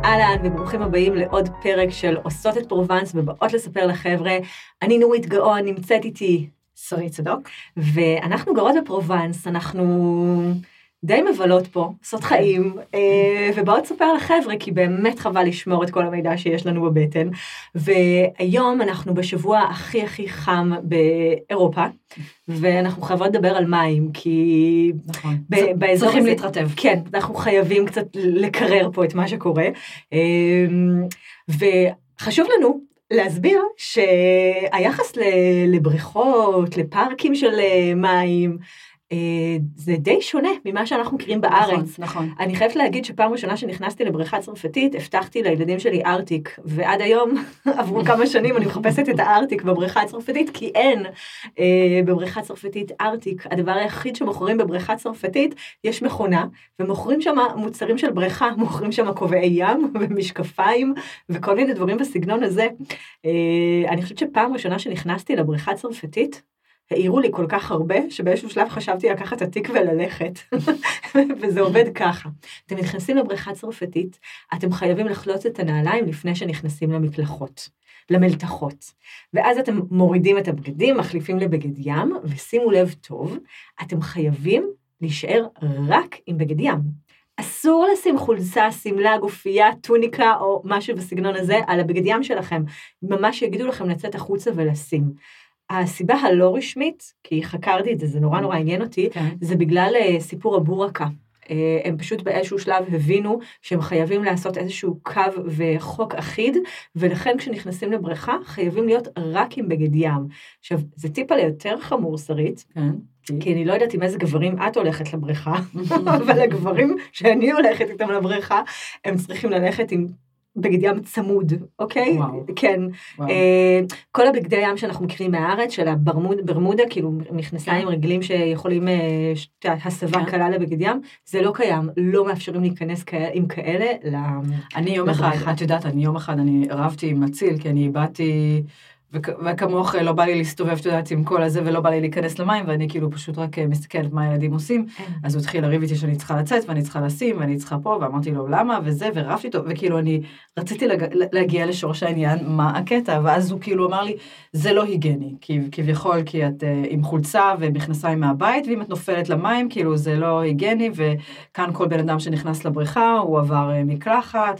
אהלן וברוכים הבאים לעוד פרק של עושות את פרובנס ובאות לספר לחבר'ה. אני נורית גאון, נמצאת איתי שרית צדוק. ואנחנו גרות בפרובנס, אנחנו די מבלות פה, עושות חיים, ובאות לספר לחבר'ה, כי באמת חבל לשמור את כל המידע שיש לנו בבטן. והיום אנחנו בשבוע הכי הכי חם באירופה, ואנחנו חייבות לדבר על מים, כי נכון. באזור צריכים הזה, להתרטב. כן, אנחנו חייבים קצת לקרר פה את מה שקורה. וחשוב לנו להסביר שהיחס לבריכות, לפארקים של מים, זה די שונה ממה שאנחנו מכירים בארץ. נכון. אני חייבת להגיד שפעם ראשונה שנכנסתי לבריכה צרפתית, הבטחתי לילדים שלי ארטיק, ועד היום עברו כמה שנים, אני מחפשת את הארטיק בבריכה הצרפתית, כי אין בבריכה צרפתית ארטיק. הדבר היחיד שמוכרים בבריכה צרפתית, יש מכונה, ומוכרים שם מוצרים של בריכה, מוכרים שם כובעי ים ומשקפיים, וכל מיני דברים בסגנון הזה. אני חושבת שפעם ראשונה שנכנסתי לבריכה צרפתית, העירו לי כל כך הרבה, שבאיזשהו שלב חשבתי לקחת את התיק וללכת, וזה עובד ככה. אתם נכנסים לבריכה צרפתית, אתם חייבים לחלוץ את הנעליים לפני שנכנסים למקלחות, למלתחות. ואז אתם מורידים את הבגדים, מחליפים לבגד ים, ושימו לב טוב, אתם חייבים להישאר רק עם בגד ים. אסור לשים חולצה, סמלה, גופייה, טוניקה או משהו בסגנון הזה על הבגד ים שלכם. ממש יגידו לכם לצאת החוצה ולשים. הסיבה הלא רשמית, כי חקרתי את זה, זה נורא נורא עניין אותי, זה בגלל סיפור הבורקה. הם פשוט באיזשהו שלב הבינו שהם חייבים לעשות איזשהו קו וחוק אחיד, ולכן כשנכנסים לבריכה, חייבים להיות רק עם בגד ים. עכשיו, זה טיפה ליותר חמור, שרית, כי אני לא יודעת עם איזה גברים את הולכת לבריכה, אבל הגברים שאני הולכת איתם לבריכה, הם צריכים ללכת עם בגד ים צמוד, אוקיי? וואו. כן. כל הבגדי ים שאנחנו מכירים מהארץ, של הברמודה, כאילו מכנסיים רגלים שיכולים הסבה קלה לבגד ים, זה לא קיים, לא מאפשרים להיכנס עם כאלה אני יום אחד, את יודעת, אני רבתי עם מציל, כי אני באתי, וכמוך לא בא לי להסתובב, את יודעת, עם כל הזה, ולא בא לי להיכנס למים, ואני כאילו פשוט רק מסתכלת מה הילדים עושים, אז הוא התחיל לריב איתי שאני צריכה לצאת, ואני צריכה לשים, ואני צריכה פה, ואמרתי לו למה, וזה, ורבתי איתו, וכאילו אני רציתי להגיע לשורש העניין, מה הקטע, ואז הוא כאילו אמר לי, זה לא היגני, כביכול, כי את עם חולצה ומכנסיים מהבית, ואם את נופלת למים, כאילו זה לא היגני, וכאן כל בן אדם שנכנס לבריכה, הוא עבר מקלחת,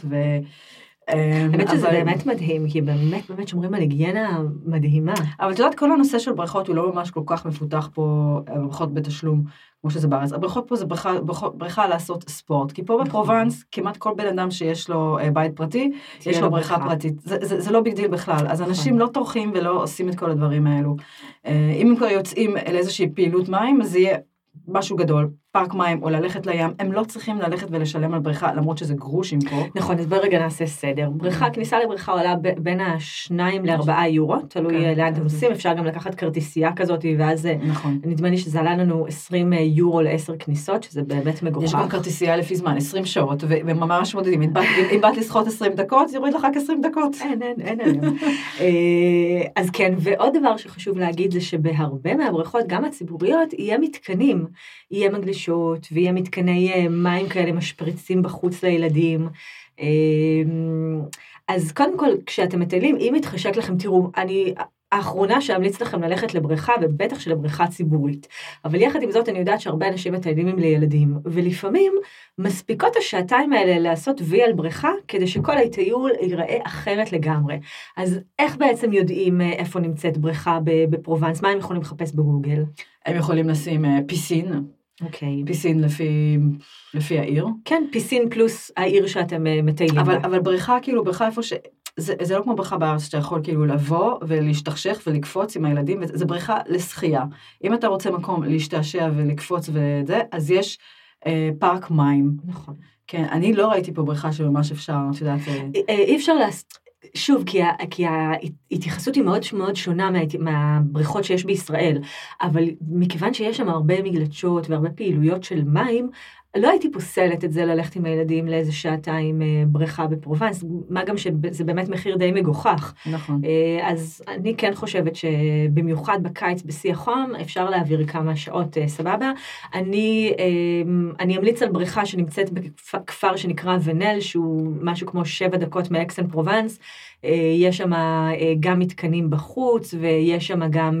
האמת שזה באמת מדהים, כי באמת שומרים על היגיינה מדהימה. אבל את יודעת, כל הנושא של בריכות הוא לא ממש כל כך מפותח פה, בריכות בתשלום, כמו שזה בארץ. הבריכות פה זה בריכה לעשות ספורט, כי פה בפרובנס, כמעט כל בן אדם שיש לו בית פרטי, יש לו בריכה פרטית. זה לא ביג דיל בכלל, אז אנשים לא טורחים ולא עושים את כל הדברים האלו. אם הם כבר יוצאים לאיזושהי פעילות מים, אז יהיה משהו גדול, פארק מים או ללכת לים, הם לא צריכים ללכת ולשלם על בריכה, למרות שזה גרושים פה. נכון, אז ברגע נעשה סדר. כניסה לבריכה עולה בין 2 ל4 יורו, תלוי לאן אתם עושים, אפשר גם לקחת כרטיסייה כזאת, ואז נדמה לי שזה עלה לנו 20 יורו ל10 כניסות, שזה באמת מגוחך. יש גם כרטיסייה לפי זמן, 20 שעות, וממש מודדים, אם באת לשחות 20 דקות, זה יוריד לך 20 דקות. אין. אז כן, ועוד דבר שחשוב להגיד, זה שבהרבה מהבריכות, גם הציבוריות, יהיה מתקנים, יהיה מגלשות, ויהיה מתקני מים כאלה משפריצים בחוץ לילדים. אז קודם כל, כשאתם מטיילים, אם מתחשק לכם, תראו, אני האחרונה שאמליץ לכם ללכת לבריכה, ובטח שלבריכה ציבורית. אבל יחד עם זאת, אני יודעת שהרבה אנשים מטיילים עם לילדים, ולפעמים מספיקות השעתיים האלה לעשות וי על בריכה, כדי שכל הטיול ייראה אחרת לגמרי. אז איך בעצם יודעים איפה נמצאת בריכה בפרובנס? מה הם יכולים לחפש בגוגל? הם יכולים לשים פיסין. אוקיי. פיסין לפי העיר. כן, פיסין פלוס העיר שאתם מטיילים. אבל בריכה, כאילו, בריכה איפה ש... זה לא כמו בריכה בארץ, שאתה יכול כאילו לבוא ולהשתכשך ולקפוץ עם הילדים, וזה בריכה לשחייה. אם אתה רוצה מקום להשתעשע ולקפוץ וזה, אז יש פארק מים. נכון. כן, אני לא ראיתי פה בריכה שממש אפשר, את יודעת... אי אפשר שוב, כי ההתייחסות היא מאוד מאוד שונה מהבריכות שיש בישראל, אבל מכיוון שיש שם הרבה מגלשות והרבה פעילויות של מים, לא הייתי פוסלת את זה ללכת עם הילדים לאיזה שעתיים בריכה בפרובנס, מה גם שזה באמת מחיר די מגוחך. נכון. אז אני כן חושבת שבמיוחד בקיץ בשיא החום, אפשר להעביר כמה שעות סבבה. אני אמליץ על בריכה שנמצאת בכפר שנקרא ונל, שהוא משהו כמו 7 דקות מאקסן פרובנס, יש שם גם מתקנים בחוץ, ויש שם גם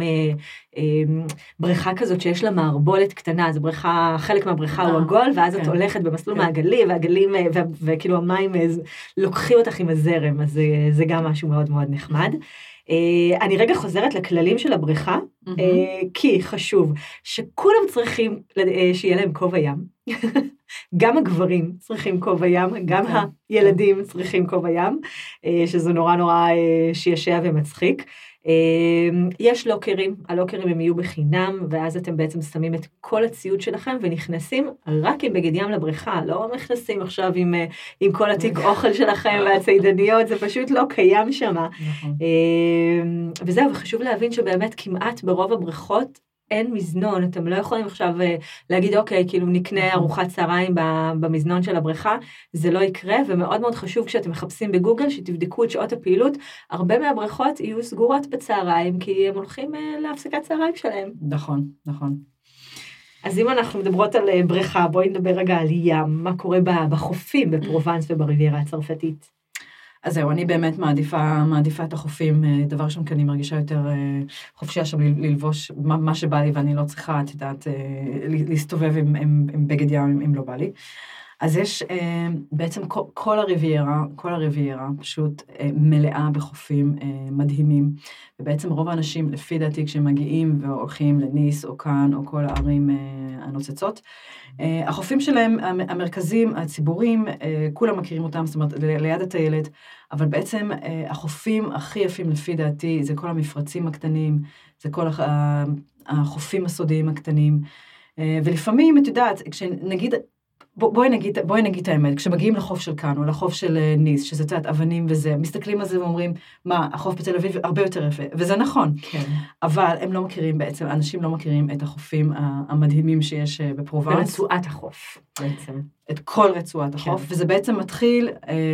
בריכה כזאת שיש לה מערבולת קטנה, אז בריכה, חלק מהבריכה הוא עגול, ואז את הולכת במסלול מעגלי, והגלים, וכאילו המים לוקחים אותך עם הזרם, אז זה גם משהו מאוד מאוד נחמד. אני רגע חוזרת לכללים של הבריכה, כי חשוב שכולם צריכים שיהיה להם כובע ים, גם הגברים צריכים כובע ים, גם הילדים צריכים כובע ים, שזה נורא נורא שישע ומצחיק. יש לוקרים, הלוקרים הם יהיו בחינם, ואז אתם בעצם שמים את כל הציוד שלכם, ונכנסים רק עם בגד ים לבריכה, לא נכנסים עכשיו עם כל התיק אוכל שלכם והציידניות, זה פשוט לא קיים שם. וזהו, וחשוב להבין שבאמת כמעט ברוב הבריכות, אין מזנון, אתם לא יכולים עכשיו להגיד, אוקיי, כאילו נקנה ארוחת צהריים במזנון של הבריכה, זה לא יקרה, ומאוד מאוד חשוב כשאתם מחפשים בגוגל, שתבדקו את שעות הפעילות, הרבה מהבריכות יהיו סגורות בצהריים, כי הם הולכים להפסקת צהריים שלהם. נכון, נכון. אז אם אנחנו מדברות על בריכה, בואי נדבר רגע על ים, מה קורה בחופים בפרובנס ובריביירה הצרפתית. אז זהו, אני באמת מעדיפה את החופים, דבר ראשון, כי אני מרגישה יותר חופשייה שם ללבוש מה שבא לי, ואני לא צריכה, את יודעת, להסתובב עם בגד ים, אם לא בא לי. אז יש בעצם כל הריביירה פשוט מלאה בחופים מדהימים, ובעצם רוב האנשים, לפי דעתי, כשהם מגיעים והולכים לניס או כאן, או כל הערים הנוצצות, החופים שלהם, המרכזים, הציבורים, כולם מכירים אותם, זאת אומרת, ליד הטיילת, אבל בעצם החופים הכי יפים לפי דעתי, זה כל המפרצים הקטנים, זה כל החופים הסודיים הקטנים, ולפעמים, את יודעת, כשנגיד, בואי נגיד את האמת, כשמגיעים לחוף של כאן, או לחוף של ניס, שזה תת אבנים וזה, מסתכלים על זה ואומרים, מה, החוף בתל אביב הרבה יותר יפה, וזה נכון, כן. אבל הם לא מכירים בעצם, אנשים לא מכירים את החופים המדהימים שיש בפרובנס. ברצועת החוף, בעצם. את כל רצועת החוף, וזה בעצם מתחיל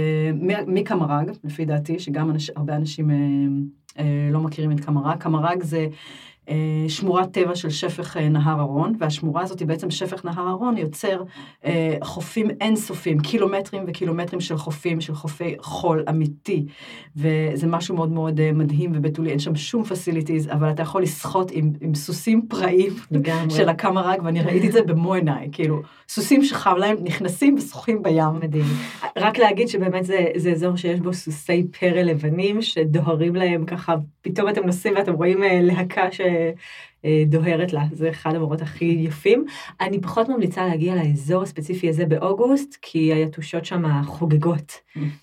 מקמרג, לפי דעתי, שגם הרבה אנשים לא מכירים את קמרג. קמרג זה שמורת טבע של שפך נהר ארון, והשמורה הזאת היא בעצם שפך נהר ארון, יוצר חופים אינסופיים, קילומטרים וקילומטרים של חופים, של חופי חול אמיתי, וזה משהו מאוד מאוד מדהים ובתולי, אין שם שום פסיליטיז, אבל אתה יכול לשחות עם סוסים פראיים של הקמרג, ואני ראיתי את זה במו עיניי, כאילו, סוסים שחם להם נכנסים ושוחים בים. מדהים. רק להגיד שבאמת זה אזור שיש בו סוסי פרא לבנים, שדוהרים להם ככה, פתאום אתם נוסעים ואתם רואים להקה שדוהרת לה, זה אחד המורות הכי יפים. אני פחות ממליצה להגיע לאזור הספציפי הזה באוגוסט, כי היתושות שם חוגגות.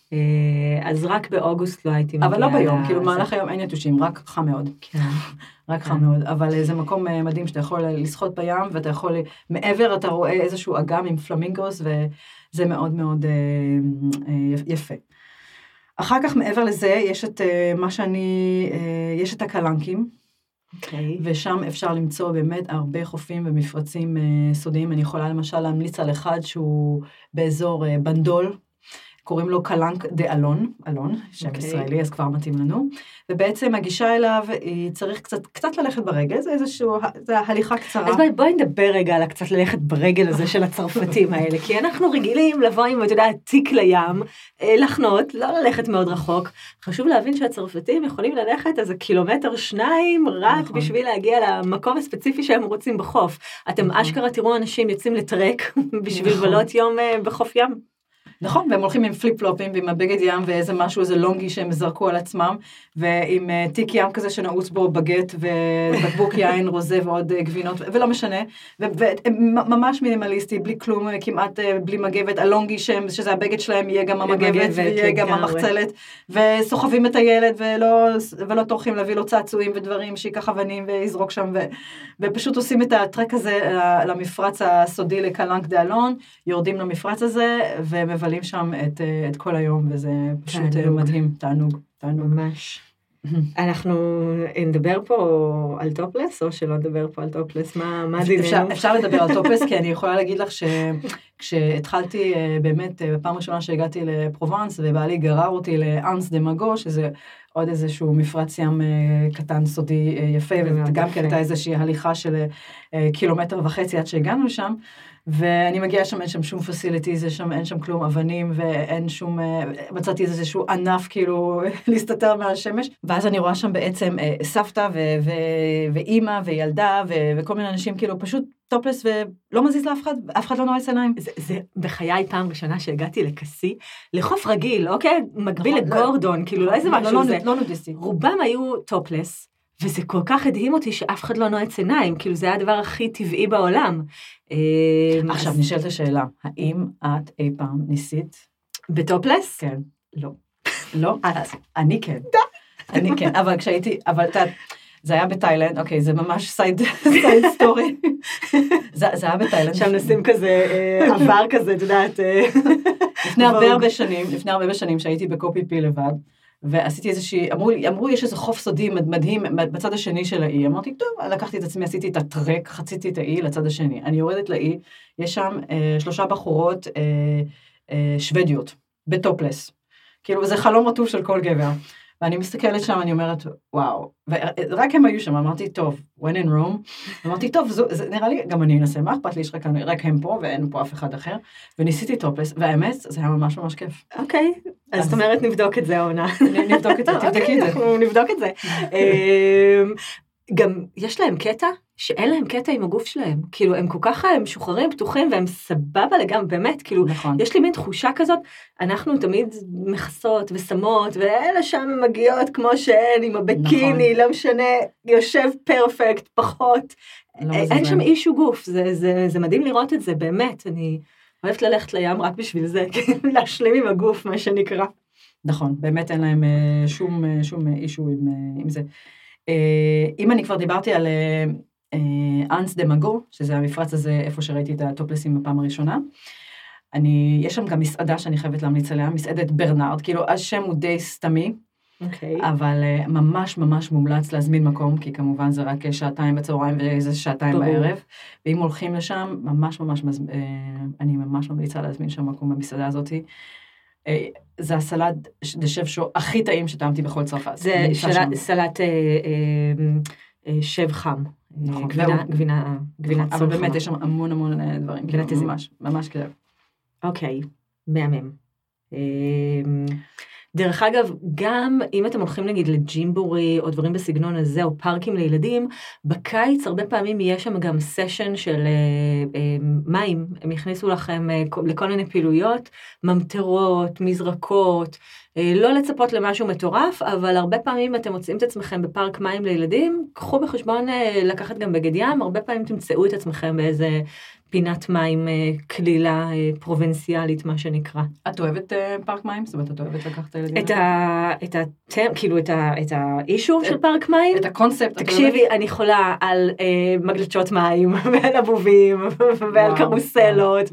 אז רק באוגוסט לא הייתי מגיעה. אבל לא ביום, כאילו מהלך היום אין יתושים, רק חם מאוד. כן. רק חם מאוד, אבל זה מקום מדהים שאתה יכול לשחות בים, ואתה יכול, מעבר אתה רואה איזשהו אגם עם פלמינגוס, וזה מאוד מאוד יפה. אחר כך מעבר לזה, יש את יש את הקלנקים, ושם אפשר למצוא באמת הרבה חופים ומפרצים סודיים. אני יכולה למשל להמליץ על אחד שהוא באזור בנדול, קוראים לו קלנק דה אלון, שם ישראלי, אז כבר מתאים לנו, ובעצם הגישה אליו, היא צריך קצת ללכת ברגל, זה הליכה קצרה. אז בואי נדבר רגע על קצת ללכת ברגל הזה של הצרפתים האלה, כי אנחנו רגילים לבוא עם, אתה יודע, תיק לים, לחנות, לא ללכת מאוד רחוק, חשוב להבין שהצרפתים יכולים ללכת איזה 1-2 קילומטר, רק בשביל להגיע למקום הספציפי שהם רוצים בחוף. אתם אשכרה תראו אנשים יוצאים לטרק, בשביל בלות יום בחוף ים. נכון, והם הולכים עם פליפ-פלופים ועם הבגד ים ואיזה משהו, איזה לונגי שהם זרקו על עצמם, ועם תיק ים כזה שנעוץ בו בגט ובקבוק יין רוזה ועוד גבינות, ולא משנה, וממש מינימליסטי, בלי כלום, כמעט בלי מגבת, הלונגי שזה הבגד שלהם יהיה גם המגבת ויהיה גם המחצלת, וסוחבים את הילד ולא טורחים להביא לו צעצועים ודברים שיקח אבנים ויזרוק שם, ופשוט עושים את הטרק הזה למפרץ הסודי לקלנק דה אלון, יורדים למפרץ הזה ומבלים שם את כל היום, וזה פשוט מדהים, תענוג. ממש. אנחנו נדבר פה על טופלס, או שלא נדבר פה על טופלס? מה דינינו? אפשר לדבר על טופלס, כי אני יכולה להגיד לך שכשהתחלתי באמת, בפעם ראשונה שהגעתי לפרובנס, ובעלי גרר אותי לאנס דה מגו, שזה עוד איזשהו מפרץ ים קטן סודי יפה, וגם כן הייתה איזושהי הליכה של 1.5 קילומטר עד שהגענו לשם, ואני מגיעה שם, אין שם שום פסיליטיז, אין שם כלום אבנים, ואין שום, מצאתי איזשהו ענף כאילו להסתתר מהשמש, ואז אני רואה שם בעצם סבתא ואימא וילדה, וכל מיני אנשים כאילו פשוט טופלס, ולא מזיז לאף אחד, אף אחד לא נועץ עיניים. זה בחיי פעם ראשונה שהגעתי לקסי, לחוף רגיל, אוקיי? מקביל לגורדון, כאילו לא איזה משהו זה. לא נודיסטי. רובם היו טופלס, וזה כל כך הדהים אותי שאף אחד לא נועץ עיניים, כאילו זה היה הדבר הכי טבעי בעולם. עכשיו נשאלת השאלה, האם את אי פעם ניסית? בטופלס? כן. לא. לא? אני כן. אני כן, אבל כשהייתי, אבל זה היה בתאילנד, אוקיי, זה ממש סייד סטורי. זה היה בתאילנד. שם נשים כזה, עבר כזה, את יודעת. לפני הרבה שנים שהייתי בקופי פי לבד, ועשיתי איזושהי, אמרו יש איזה חוף סודי מדהים בצד השני של האי, אמרתי, טוב, לקחתי את עצמי, עשיתי את הטרק, חציתי את האי לצד השני, אני יורדת לאי, יש שם 3 בחורות שוודיות, בטופלס, כאילו זה חלום רטוב של כל גבר, ואני מסתכלת שם, אני אומרת, וואו, ורק הם היו שם, אמרתי, טוב, when in Rome, אמרתי, טוב, זה נראה לי, גם אני אנסה, מה אכפת לי, יש רק הם פה, ואין פה אף אחד אחר, וניסיתי טופלס, והאמת, זה היה ממש ממש כיף. אוקיי, אז זאת אומרת, נבדוק את זה, עונה. נבדוק את זה, תבדקי את זה. אנחנו נבדוק את זה. גם יש להם קטע, שאין להם קטע עם הגוף שלהם, כאילו הם כל כך משוחררים, פתוחים, והם סבבה לגמרי, באמת, כאילו, יש לי מין תחושה כזאת, אנחנו תמיד מכסות ושמות, ואלה שם מגיעות כמו שהן, עם הבקיני, לא משנה, יושב פרפקט, פחות, אין שם אישו גוף, זה מדהים לראות את זה, באמת, אני אוהבת ללכת לים רק בשביל זה, להשלים עם הגוף, מה שנקרא. נכון, באמת אין להם שום אישו עם זה. אם אני כבר דיברתי על אנס דה מגו, שזה המפרץ הזה, איפה שראיתי את הטופלסים בפעם הראשונה, יש שם גם מסעדה שאני חייבת להמליץ עליה, מסעדת ברנרד, כאילו השם הוא די סתמי, אבל ממש ממש מומלץ להזמין מקום, כי כמובן זה רק 2 בצהריים ואיזה 2 בערב, ואם הולכים לשם, ממש ממש, אני ממש ממליצה להזמין שם מקום במסעדה הזאת, זה הסלט דשב שו הכי טעים שטעמתי בכל צרפת. זה סלט שב חם. גבינה צור חמה. אבל באמת יש שם המון המון דברים. ממש כדאי. אוקיי, מהמם. דרך אגב, גם אם אתם הולכים נגיד לג'ימבורי או דברים בסגנון הזה, או פארקים לילדים, בקיץ הרבה פעמים יש שם גם סשן של מים, הם יכניסו לכם לכל מיני פעילויות, ממטרות, מזרקות, לא לצפות למשהו מטורף, אבל הרבה פעמים אתם מוצאים את עצמכם בפארק מים לילדים, קחו בחשבון לקחת גם בגד ים, הרבה פעמים תמצאו את עצמכם באיזה פינת מים כלילה פרובינציאלית, מה שנקרא. את אוהבת פארק מים? זאת אומרת, את אוהבת לקחת את הילדים? את האישור של פארק מים? את הקונספט. תקשיבי, אני חולה על מגלשות מים, ועל אבובים, ועל קרוסלות,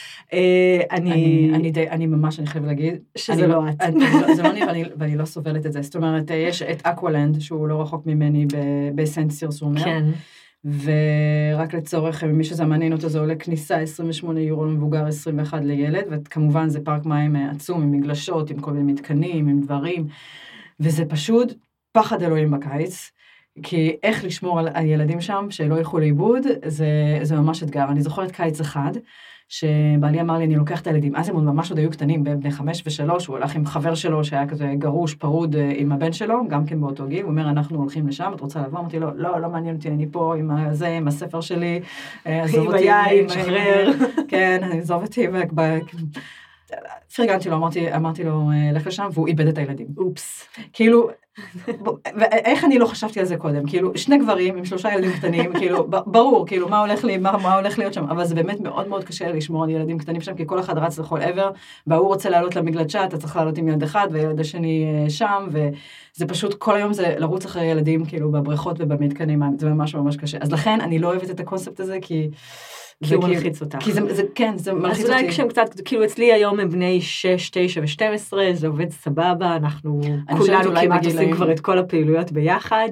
אני ממש, אני חייבת להגיד, שזה לא את. זה לא אני, ואני לא סובלת את זה. זאת אומרת, יש את אקוולנד, שהוא לא רחוק ממני בסנט סירסומר. כן. ורק לצורך, מי שזה מעניין אותו, זה עולה כניסה 28 יורו למבוגר, 21 לילד, וכמובן זה פארק מים עצום, עם מגלשות, עם כל מיני מתקנים, עם דברים, וזה פשוט פחד אלוהים בקיץ, כי איך לשמור על הילדים שם, שלא ילכו לאיבוד, זה ממש אתגר. אני זוכרת קיץ אחד, שבעלי אמר לי, אני לוקח את הילדים, אז הם ממש עוד היו קטנים, בני 5 ו3, הוא הולך עם חבר שלו, שהיה כזה גרוש, פרוד עם הבן שלו, גם כן באותו גיל, הוא אומר, אנחנו הולכים לשם, את רוצה לבוא? אמרתי לו, לא מעניין אותי, אני פה עם הספר שלי, עזוב אותי, שחרר. כן, עזוב אותי, פרגנתי לו, אמרתי לו, לך לשם, והוא איבד את הילדים. אופס. כאילו, ואיך אני לא חשבתי על זה קודם? כאילו, 2 גברים עם 3 ילדים קטנים, כאילו, ברור, כאילו, מה הולך להיות שם? אבל זה באמת מאוד מאוד קשה לשמור על ילדים קטנים שם, כי כל אחד רץ לכל עבר, והוא רוצה לעלות למגלשה, אתה צריך לעלות עם ילד אחד, והילד השני שם, וזה פשוט, כל היום זה לרוץ אחרי ילדים, כאילו, בבריכות ובמתקנים, זה ממש ממש קשה. אז לכן, אני לא אוהבת את הקונספט הזה, כי כי הוא מלחיץ אותך. כי זה, כן, זה מלחיץ אותי. אז אולי כשהם קצת, כאילו אצלי היום הם בני 6, 9 ו-12, זה עובד סבבה, אנחנו כולנו כמעט עושים כבר את כל הפעילויות ביחד.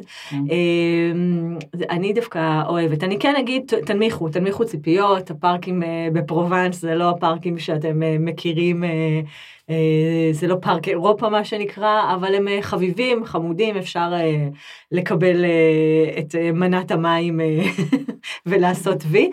אני דווקא אוהבת. אני כן אגיד, תנמיכו ציפיות, הפארקים בפרובנס, זה לא הפארקים שאתם מכירים, זה לא פארק אירופה מה שנקרא, אבל הם חביבים, חמודים, אפשר לקבל את מנת המים ולעשות וי.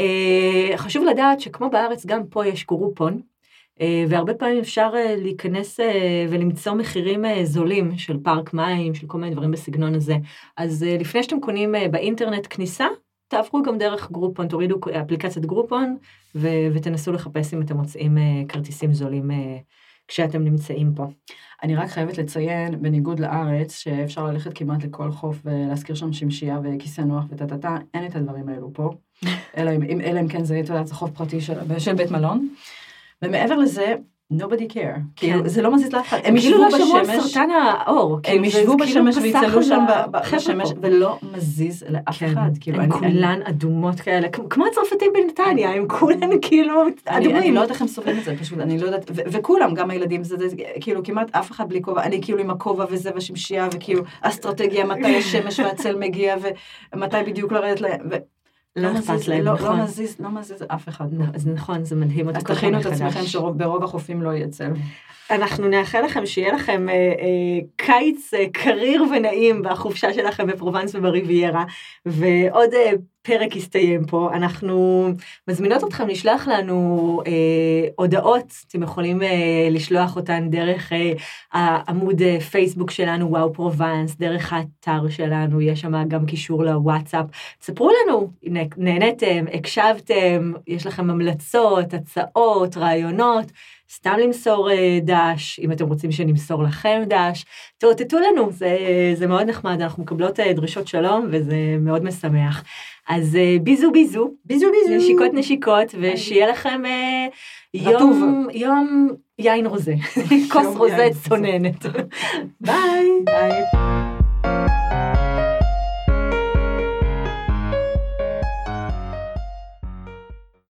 חשוב לדעת שכמו בארץ, גם פה יש גרופון, והרבה פעמים אפשר להיכנס ולמצוא מחירים זולים של פארק מים, של כל מיני דברים בסגנון הזה. אז לפני שאתם קונים באינטרנט כניסה, תעברו גם דרך גרופון, תורידו אפליקציית גרופון, ותנסו לחפש אם אתם מוצאים כרטיסים זולים כשאתם נמצאים פה. אני רק חייבת לציין, בניגוד לארץ, שאפשר ללכת כמעט לכל חוף ולהזכיר שם שמשייה וכיסא נוח וטטטה, אין את הדברים האלו פה, אלא אם כן זה חוף פרטי של בית מלון. ומעבר לזה, nobody care. כאילו, זה לא מזיז לאף אחד. הם ישבו בשמש, סרטן האור. הם ישבו בשמש ויצלו שם בשמש, ולא מזיז לאף אחד. הם כולן אדומות כאלה, כמו הצרפתים בנתניה, הם כולן כאילו אדומים. אני לא יודעת איך הם סובלים את זה, פשוט, אני לא יודעת, וכולם, גם הילדים, זה כאילו כמעט אף אחד בלי כובע, אני כאילו עם הכובע וזה והשמשייה, וכאילו אסטרטגיה, מתי השמש והצל מגיע, ומתי בדיוק לרדת להם, לא אכפת להם, נכון. לא מזיז אף אחד. אז נכון, זה מדהים אותי. אז תכינו את עצמכם שברוב החופים לא יצא. אנחנו נאחל לכם שיהיה לכם קיץ קריר ונעים בחופשה שלכם בפרובנס ובריביירה, ועוד פרק יסתיים פה. אנחנו מזמינות אתכם לשלוח לנו הודעות, אתם יכולים לשלוח אותן דרך העמוד פייסבוק שלנו, וואו פרובנס, דרך האתר שלנו, יש שם גם קישור לוואטסאפ. תספרו לנו, נהנתם, הקשבתם, יש לכם המלצות, הצעות, רעיונות, סתם למסור דש, אם אתם רוצים שנמסור לכם דש, תאותתו לנו, זה מאוד נחמד, אנחנו מקבלות דרישות שלום, וזה מאוד משמח. אז ביזו, נשיקות נשיקות, ושיהיה לכם יום יין רוזה, כוס רוזה צוננת. ביי.